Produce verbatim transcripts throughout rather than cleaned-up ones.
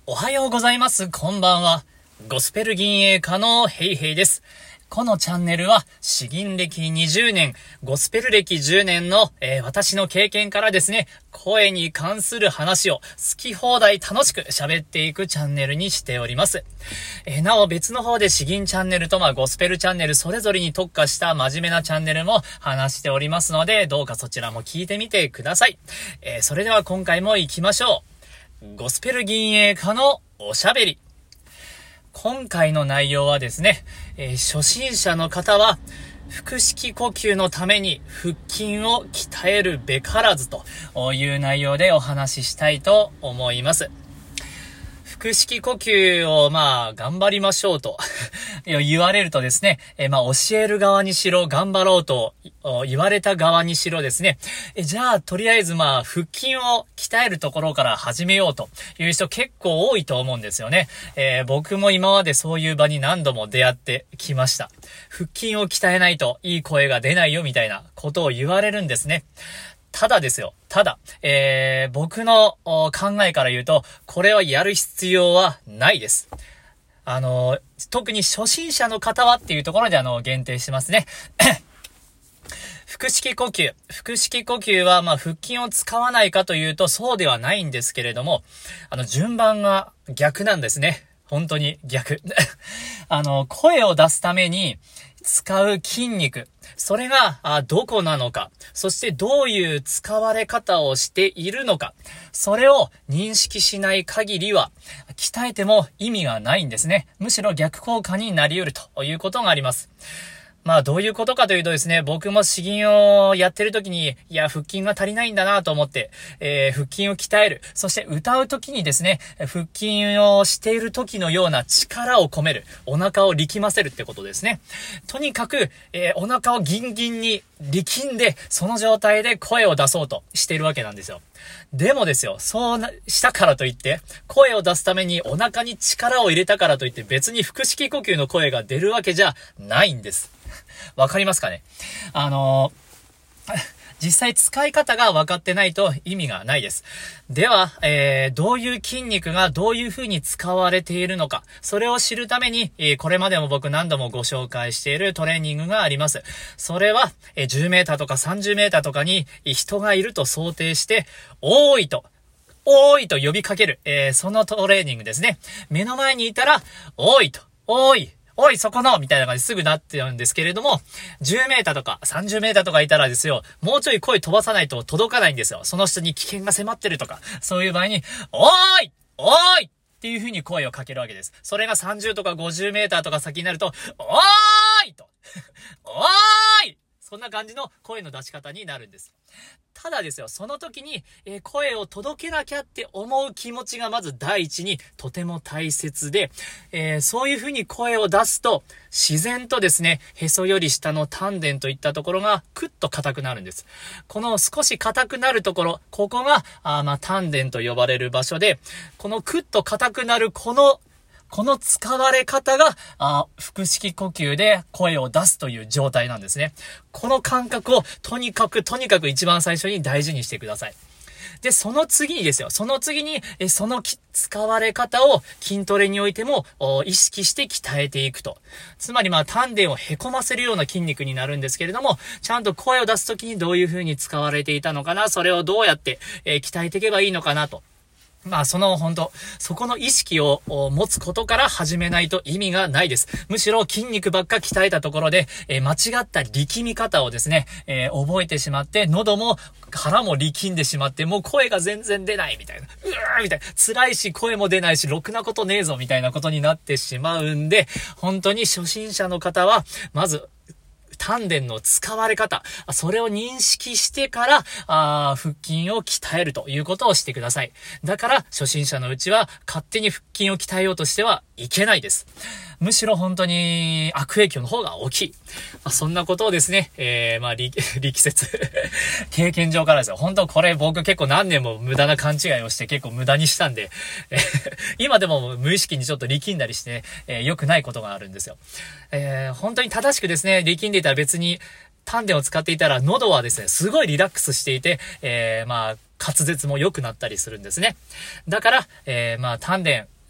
おはようございます。こんばんは。ゴスペル銀営家のヘイヘイです。このチャンネルは詩吟歴にじゅうねん、ゴスペル歴じゅうねんの、えー、私の経験からですね、声に関する話を好き放題楽しく喋っていくチャンネルにしております。えー、なお別の方で詩吟チャンネルとまあゴスペルチャンネルそれぞれに特化した真面目なチャンネルも話しておりますので、どうかそちらも聞いてみてください。えー、それでは今回も行きましょう。ゴスペル銀営家のおしゃべり。今回の内容はですね、えー、初心者の方は腹式呼吸のために腹筋を鍛えるべからずという内容でお話ししたいと思います。腹式呼吸をまあ頑張りましょうと言われるとですね、えまあ教える側にしろ頑張ろうと言われた側にしろですね、えじゃあとりあえずまあ腹筋を鍛えるところから始めようという人結構多いと思うんですよね。えー、僕も今までそういう場に何度も出会ってきました。腹筋を鍛えないといい声が出ないよみたいなことを言われるんですね。ただですよ。ただ、えー、僕の考えから言うと、これはやる必要はないです。あの、特に初心者の方はっていうところであの、限定してますね。腹式呼吸。腹式呼吸は、まあ、腹筋を使わないかというと、そうではないんですけれども、あの、順番が逆なんですね。本当に逆。あの、声を出すために使う筋肉。それがあどこなのか、そしてどういう使われ方をしているのか、それを認識しない限りは鍛えても意味がないんですね。むしろ逆効果になり得るということがあります。まあどういうことかというとですね、僕も詩吟をやってる時に、いや腹筋が足りないんだなと思って、えー、腹筋を鍛える。そして歌う時にですね、腹筋をしている時のような力を込める。お腹を力ませるってことですね。とにかく、えー、お腹をギンギンに力んで、その状態で声を出そうとしているわけなんですよ。でもですよ、そうしたからといって、声を出すためにお腹に力を入れたからといって別に腹式呼吸の声が出るわけじゃないんです。わかりますかね？あのー、実際使い方が分かってないと意味がないです。では、えー、どういう筋肉がどういう風に使われているのか、それを知るために、えー、これまでも僕何度もご紹介しているトレーニングがあります。それは、えー、じゅうメーターとかさんじゅうメーターとかに人がいると想定して、多いと、多いと呼びかける、えー、そのトレーニングですね。目の前にいたら、多いと、多い。おい、そこのみたいな感じですぐなってるんですけれども、じゅうメーターとかさんじゅうメーターとかいたらですよ、もうちょい声飛ばさないと届かないんですよ。その人に危険が迫ってるとか、そういう場合に、おーいおーいっていう風に声をかけるわけです。それがさんじゅうとかごじゅうメーターとか先になると、おーいとおーいそんな感じの声の出し方になるんです。ただですよ、その時に、えー、声を届けなきゃって思う気持ちがまず第一にとても大切で、えー、そういう風に声を出すと自然とですね、へそより下の丹田といったところがクッと硬くなるんです。この少し硬くなるところ、ここがあまあ丹田と呼ばれる場所で、このクッと硬くなるこのこの使われ方が、あ、腹式呼吸で声を出すという状態なんですね。この感覚をとにかくとにかく一番最初に大事にしてください。で、その次にですよ。その次に、えその使われ方を筋トレにおいても意識して鍛えていくと。つまりまあ丹田をへこませるような筋肉になるんですけれども、ちゃんと声を出すときにどういう風に使われていたのかな、それをどうやって、えー、鍛えていけばいいのかなと。まあその本当そこの意識を持つことから始めないと意味がないです。むしろ筋肉ばっか鍛えたところで、えー、間違った力み方をですね、えー、覚えてしまって喉も腹も力んでしまってもう声が全然出ないみたいな、うーみたいな、辛いし声も出ないしろくなことねえぞみたいなことになってしまうんで、本当に初心者の方はまず丹田の使われ方、それを認識してから、あ腹筋を鍛えるということをしてください。だから、初心者のうちは、勝手に腹筋を鍛えようとしてはいけないです。むしろ本当に悪影響の方が大きい。まあ、そんなことをですね、えー、まあ、力説。経験上からですよ。本当これ僕結構何年も無駄な勘違いをして結構無駄にしたんで、えー、今でも無意識にちょっと力んだりして、ね、えー、良くないことがあるんですよ。えー、本当に正しくですね、力んでいたら別に丹田を使っていたら喉はですね、すごいリラックスしていて、えー、まあ、滑舌も良くなったりするんですね。だから、えー、まあ、丹田、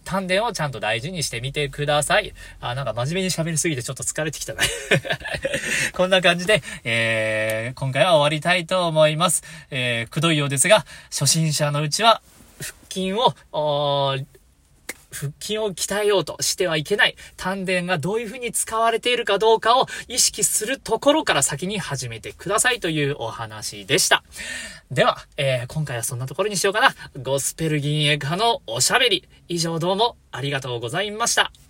丹田をちゃんと大事にしてみてください。あ、なんか真面目に喋りすぎてちょっと疲れてきたね。こんな感じで、えー、今回は終わりたいと思います。えー、くどいようですが、初心者のうちは、腹筋を、腹筋を鍛えようとしてはいけない。丹田がどういう風に使われているかどうかを意識するところから先に始めてくださいというお話でした。では、えー、今回はそんなところにしようかな。ゴスペル銀営家のおしゃべり。以上どうもありがとうございました。